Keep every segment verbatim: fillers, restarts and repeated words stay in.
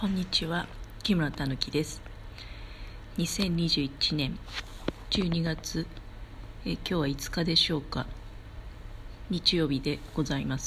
こんにちは、木村たぬきです。にせんにじゅういちねんじゅうにがつ、え今日はいつかでしょうか。日曜日でございます。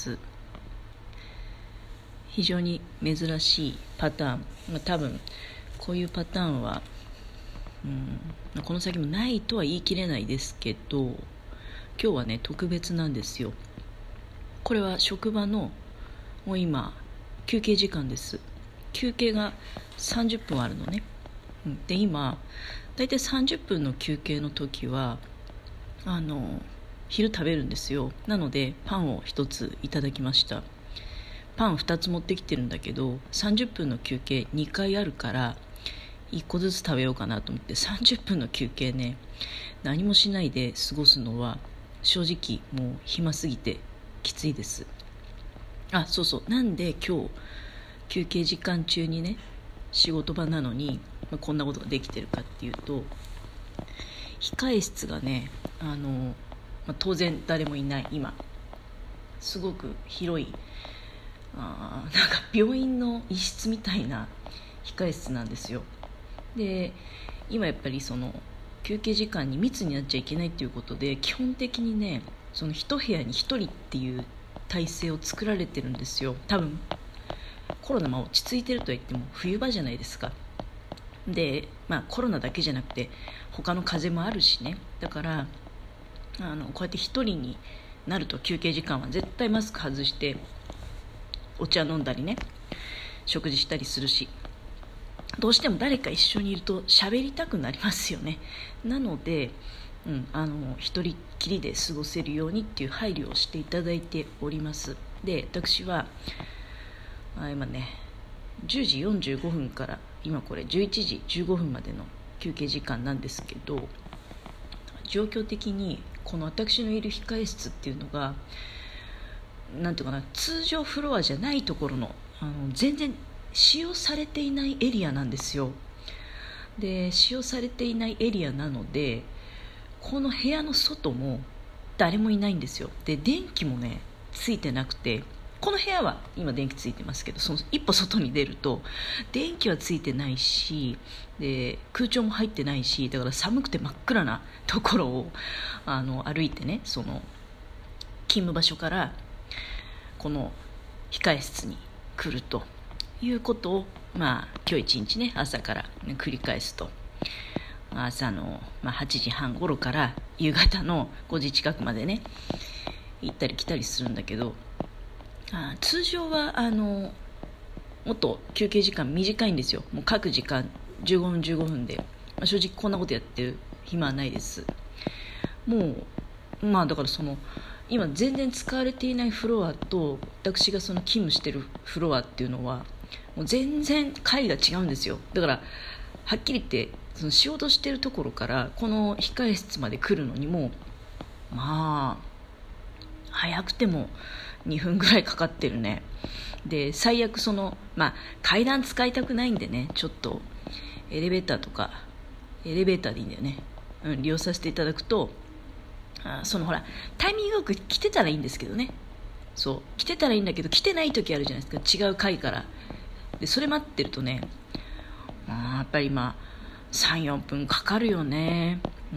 非常に珍しいパターン、まあ、多分こういうパターンは、うん、この先もないとは言い切れないですけど、今日はね特別なんですよ。これは職場のもう今休憩時間です。休憩がさんじゅっぷんあるのね。で今だいたいさんじゅっぷんの休憩の時はあの昼食べるんですよ。なのでパンをひとついただきました。パンふたつ持ってきてるんだけど、さんじゅっぷんの休憩にかいあるからいっこずつ食べようかなと思って、さんじゅっぷんの休憩ね何もしないで過ごすのは正直もう暇すぎてきついです。あ、そうそう、なんで今日休憩時間中にね仕事場なのに、まあ、こんなことができてるかっていうと、控え室がねあの、まあ、当然誰もいない今すごく広いあなんか病院の一室みたいな控え室なんですよ。で今やっぱりその休憩時間に密になっちゃいけないっていうことで、基本的にねその一部屋に一人っていう体制を作られてるんですよ。多分コロナも落ち着いてるとは言っても冬場じゃないですか。で、まあ、コロナだけじゃなくて他の風邪もあるしね。だからあのこうやって一人になると休憩時間は絶対マスク外してお茶飲んだりね食事したりするし、どうしても誰か一緒にいると喋りたくなりますよね。なので、うん、あの一人っきりで過ごせるようにっていう配慮をしていただいております。で私はあ今ねじゅうじよんじゅうごふんから今これじゅういちじじゅうごふんまでの休憩時間なんですけど、状況的にこの私のいる控え室っていうのがなんていうかな、通常フロアじゃないところの、あの全然使用されていないエリアなんですよ。で使用されていないエリアなのでこの部屋の外も誰もいないんですよ。で電気もねついてなくて、この部屋は今電気ついてますけど、その一歩外に出ると電気はついてないし、で空調も入ってないし、だから寒くて真っ暗なところをあの歩いてね、その勤務場所からこの控え室に来るということを、まあ今日一日ね朝から、ね、繰り返すと、朝の、まあ、はちじはん頃から夕方のごじ近くまでね行ったり来たりするんだけど、あ通常はあのもっと休憩時間短いんですよ。もう各時間じゅうごふんじゅうごふんで、まあ、正直こんなことやってる暇はないです。もうまあだからその今全然使われていないフロアと私がその勤務してるフロアっていうのはもう全然階が違うんですよ。だからはっきり言ってその仕事してるところからこの控え室まで来るのにもまあ早くてもにふんぐらいかかってるね。で最悪その、まあ、階段使いたくないんでね、ちょっとエレベーターとかエレベーターでいいんだよね、うん、利用させていただくと、あそのほらタイミングよく来てたらいいんですけどね。そう来てたらいいんだけど来てない時あるじゃないですか、違う階から。でそれ待ってるとね、まあ、やっぱり今さんよんぷんかかるよね。うん、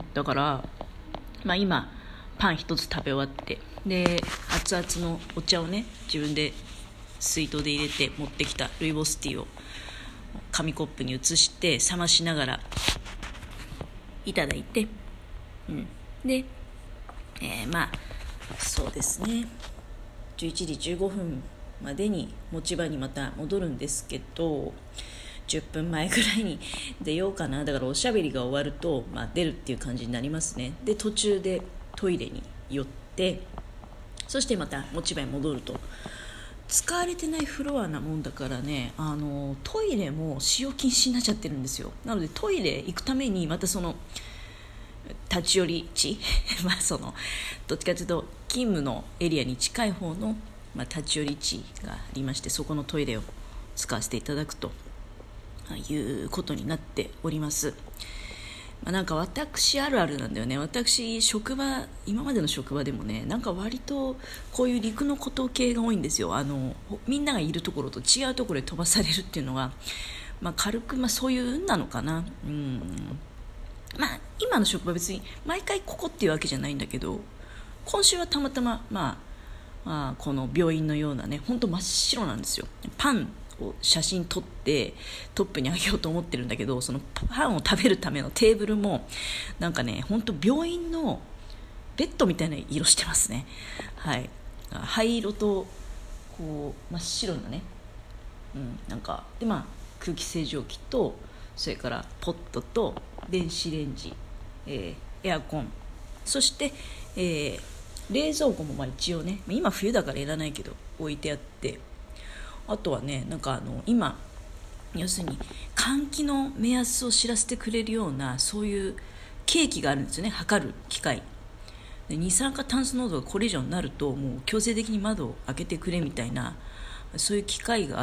だから、まあ、今パン一つ食べ終わって、で熱々のお茶をね自分で水筒で入れて持ってきたルイボスティーを紙コップに移して冷ましながらいただいて、うん、で、えー、まあそうですねじゅういちじじゅうごふんまでに持ち場にまた戻るんですけど、じゅっぷんまえぐらいに出ようかな。だからおしゃべりが終わると、まあ、出るっていう感じになりますね。で途中でトイレに寄って、そしてまた持ち場に戻ると。使われてないフロアなもんだからね、あのトイレも使用禁止になっちゃってるんですよ。なのでトイレ行くためにまたその立ち寄り地まあそのどっちかというと勤務のエリアに近い方の、まあ、立ち寄り地がありまして、そこのトイレを使わせていただくということになっております。 まあ、なんか私あるあるなんだよね。私職場今までの職場でもね、なんか割とこういう陸の孤島系が多いんですよ。あのみんながいるところと違うところへ飛ばされるっていうのが、まあ、軽く、まあ、そういう運なのかな。うんまあ今の職場別に毎回ここっていうわけじゃないんだけど、今週はたまたま、まあ、まあこの病院のようなね、本当真っ白なんですよ。パンを写真撮ってトップにあげようと思ってるんだけど、そのパンを食べるためのテーブルもなんかね、本当病院のベッドみたいな色してますね。はい、灰色とこう真っ白なね、うん、なんかでまあ空気清浄機と、それからポットと電子レンジ、えー、エアコン、そして、えー、冷蔵庫もまあ一応ね、今冬だからいらないけど置いてあって、あとはね、なんかあの今要するに換気の目安を知らせてくれるようなそういう計器があるんですよね。測る機械で、二酸化炭素濃度がこれ以上になるともう強制的に窓を開けてくれみたいな、そういう機械があって、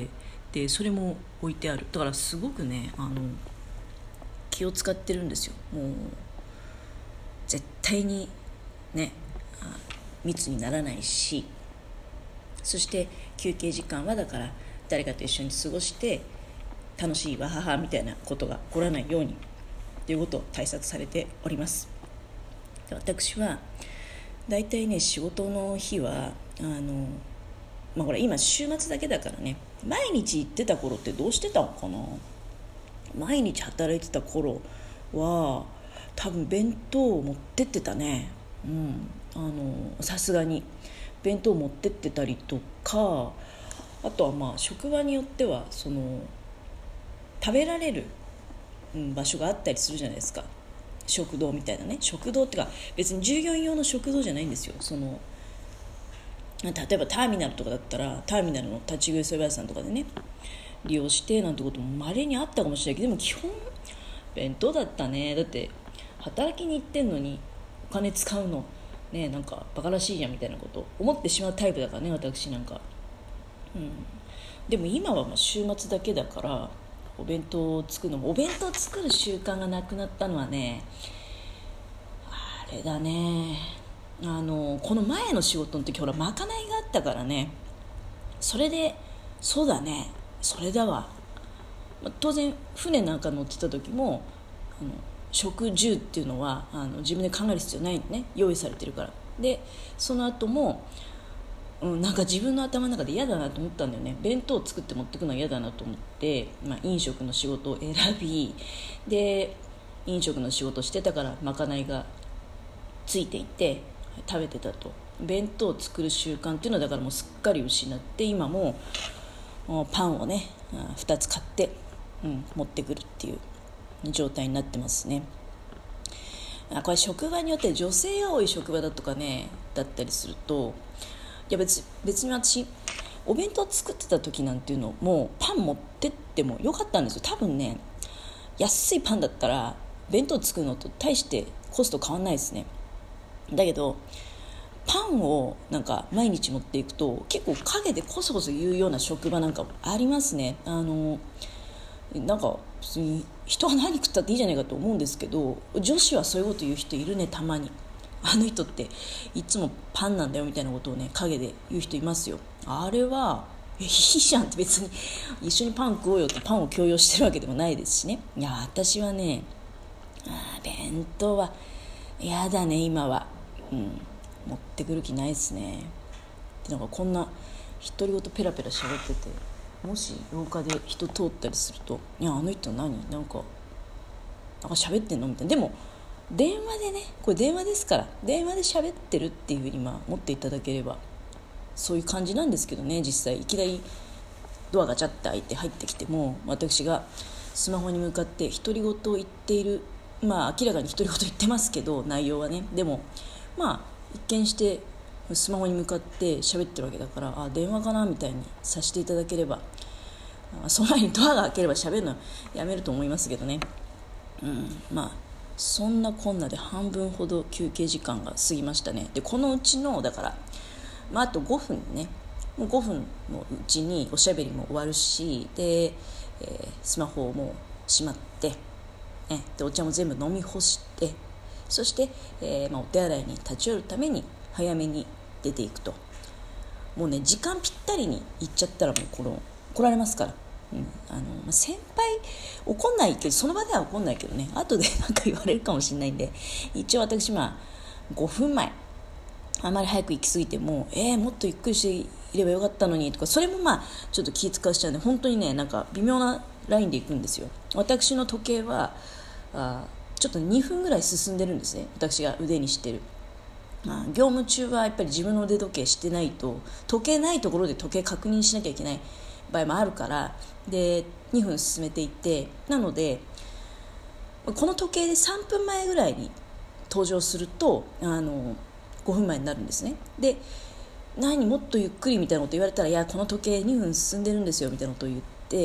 でそれも置いてある。だからすごくね、あの気を使ってるんですよ。もう絶対にね、密にならないし、そして休憩時間はだから誰かと一緒に過ごして楽しいわははみたいなことが起こらないようにということを対策されております。で私はだいたいね、仕事の日はあのまあこれ今週末だけだからね、毎日行ってた頃ってどうしてたのかな。毎日働いてた頃は多分弁当を持ってってたね。うんあのさすがに弁当を持ってってたりとか、あとはまあ職場によってはその食べられる、うん、場所があったりするじゃないですか。食堂みたいなね、食堂ってか別に従業員用の食堂じゃないんですよ。その例えばターミナルとかだったらターミナルの立ち食いそば屋さんとかでね利用してなんてことも稀にあったかもしれないけど、でも基本弁当だったね。だって働きに行ってんのにお金使うのね、なんかバカらしいじゃんみたいなこと思ってしまうタイプだからね、私なんか。うん、でも今はまあ週末だけだからお弁当を作るのも、お弁当を作る習慣がなくなったのはね、あれだね、あのこの前の仕事の時ほらまかないがあったからね、それでそうだね、それだわ。当然船なんか乗ってた時もあの食住っていうのはあの自分で考える必要ないのね、用意されてるから。でその後も、うん、なんか自分の頭の中で嫌だなと思ったんだよね。弁当を作って持ってくのは嫌だなと思って、まあ、飲食の仕事を選び、で飲食の仕事してたからまかないがついていて食べてたと。弁当を作る習慣っていうのはだからもうすっかり失って、今もパンをねふたつ買って、うん、持ってくるっていう状態になってますね。これ職場によって女性が多い職場だとかねだったりすると、いや 別, 別に私お弁当作ってた時なんていうのもうパン持ってってもよかったんですよ。多分ね、安いパンだったら弁当作るのと大してコスト変わんないですね。だけどパンをなんか毎日持っていくと結構陰でコソコソ言うような職場なんかもありますね。あのなんか別に人は何食ったっていいじゃないかと思うんですけど、女子はそういうこと言う人いるね、たまに。あの人っていつもパンなんだよみたいなことをね陰で言う人いますよ。あれはいいじゃんって、別に一緒にパン食おうよってパンを強要してるわけでもないですしね。いや私はね、あ弁当はやだね今は、うん、持ってくる気ないですね。でなんかこんな独り言ペラペラ喋ってて、もし廊下で人通ったりすると、いやあの人何なんかなんか喋ってんのみたいな。でも電話でね、これ電話ですから電話で喋ってるっていうふうにまあ持っていただければそういう感じなんですけどね。実際いきなりドアがチャッて開いて入ってきても、私がスマホに向かって独り言を言っている、まあ明らかに独り言言ってますけど内容はね、でもまあ一見してスマホに向かって喋ってるわけだから、あ電話かなみたいにさせていただければ、その前にドアが開ければ喋るのやめると思いますけどね。うん、まあそんなこんなで半分ほど休憩時間が過ぎましたね。でこのうちのだから、まあ、あとごふんね、もうごふんのうちにおしゃべりも終わるし、で、えー、スマホをもうしまってね、でお茶も全部飲み干して、そして、えーまあ、お手洗いに立ち寄るために早めに出ていくと。もうね時間ぴったりに行っちゃったらもうこの来られますから、うん、あのまあ、先輩怒んないけど、その場では怒んないけどね、後でなんか言われるかもしれないんで、一応私まあごふんまえ、あまり早く行き過ぎてもえー、もっとゆっくりしていればよかったのにとか、それもまあちょっと気使わしちゃうんで、本当にねなんか微妙なラインで行くんですよ。私の時計はあちょっとにふんぐらい進んでるんですね、私が腕にしてる。まあ、業務中はやっぱり自分の腕時計してないと、時計ないところで時計確認しなきゃいけない場合もあるから、でにふん進めていって、なのでこの時計でさんぷんまえぐらいに登場するとあのごふんまえになるんですね。で何もっとゆっくりみたいなこと言われたら、いやこの時計にふん進んでるんですよみたいなことを言って、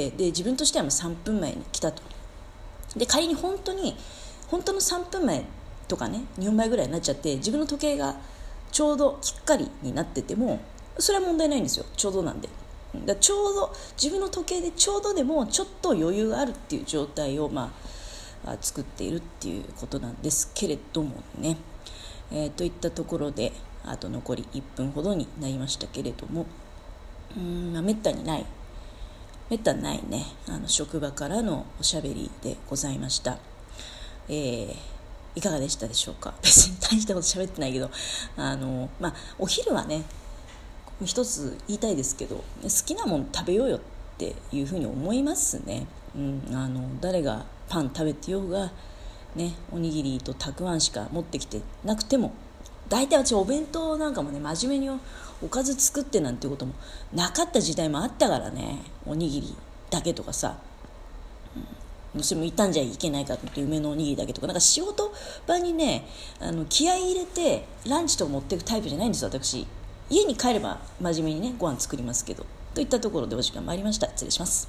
で自分としてはもうさんぷんまえに来たと。で仮に本当に本当のさんぷんまえとかねにふんまえぐらいになっちゃって、自分の時計がちょうどきっかりになっててもそれは問題ないんですよ、ちょうどなんで。だちょうど自分の時計でちょうどでもちょっと余裕があるっていう状態を、まあ、作っているっていうことなんですけれどもね、えー、といったところであと残りいっぷんほどになりましたけれども、うーん、まあ、めったにないめったにないねあの職場からのおしゃべりでございました。えーいかがでしたでしょうか。別に大したこと喋ってないけど、あの、まあ、お昼はね一つ言いたいですけど、好きなもの食べようよっていうふうに思いますね。うん、あの誰がパン食べてようが、ね、おにぎりとたくあんしか持ってきてなくても、大体私お弁当なんかもね真面目におかず作ってなんていうこともなかった時代もあったからね。おにぎりだけとかさ、それもいたんじゃいけないかと梅のおにぎりだけとか、なんか仕事場にねあの気合い入れてランチとか持っていくタイプじゃないんですよ私。家に帰れば真面目にねご飯作りますけど。といったところでお時間参りました。失礼します。